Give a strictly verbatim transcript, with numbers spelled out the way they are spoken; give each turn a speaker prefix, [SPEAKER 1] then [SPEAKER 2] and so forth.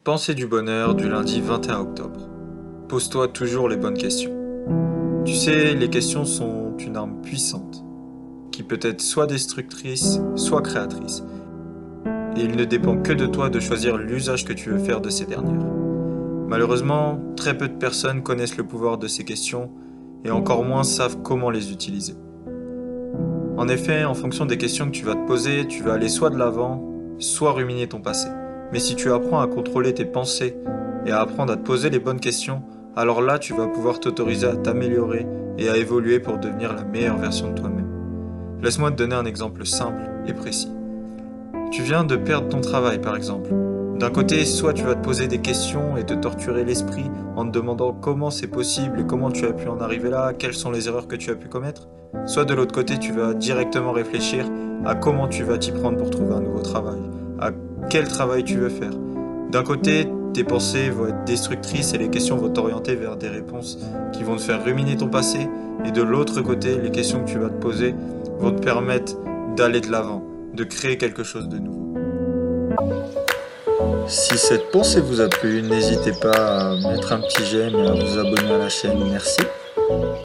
[SPEAKER 1] Pensée du bonheur du lundi vingt et un octobre. Pose-toi toujours les bonnes questions. Tu sais, les questions sont une arme puissante, qui peut être soit destructrice, soit créatrice. Et il ne dépend que de toi de choisir l'usage que tu veux faire de ces dernières. Malheureusement, très peu de personnes connaissent le pouvoir de ces questions, et encore moins savent comment les utiliser. En effet, en fonction des questions que tu vas te poser, tu vas aller soit de l'avant, soit ruminer ton passé. Mais si tu apprends à contrôler tes pensées et à apprendre à te poser les bonnes questions, alors là, tu vas pouvoir t'autoriser à t'améliorer et à évoluer pour devenir la meilleure version de toi-même. Laisse-moi te donner un exemple simple et précis. Tu viens de perdre ton travail, par exemple. D'un côté, soit tu vas te poser des questions et te torturer l'esprit en te demandant comment c'est possible et comment tu as pu en arriver là, quelles sont les erreurs que tu as pu commettre. Soit de l'autre côté, tu vas directement réfléchir à comment tu vas t'y prendre pour trouver un nouveau travail, à quel travail tu veux faire. D'un côté, tes pensées vont être destructrices et les questions vont t'orienter vers des réponses qui vont te faire ruminer ton passé. Et de l'autre côté, les questions que tu vas te poser vont te permettre d'aller de l'avant, de créer quelque chose de nouveau. Si cette pensée vous a plu, n'hésitez pas à mettre un petit j'aime et à vous abonner à la chaîne. Merci.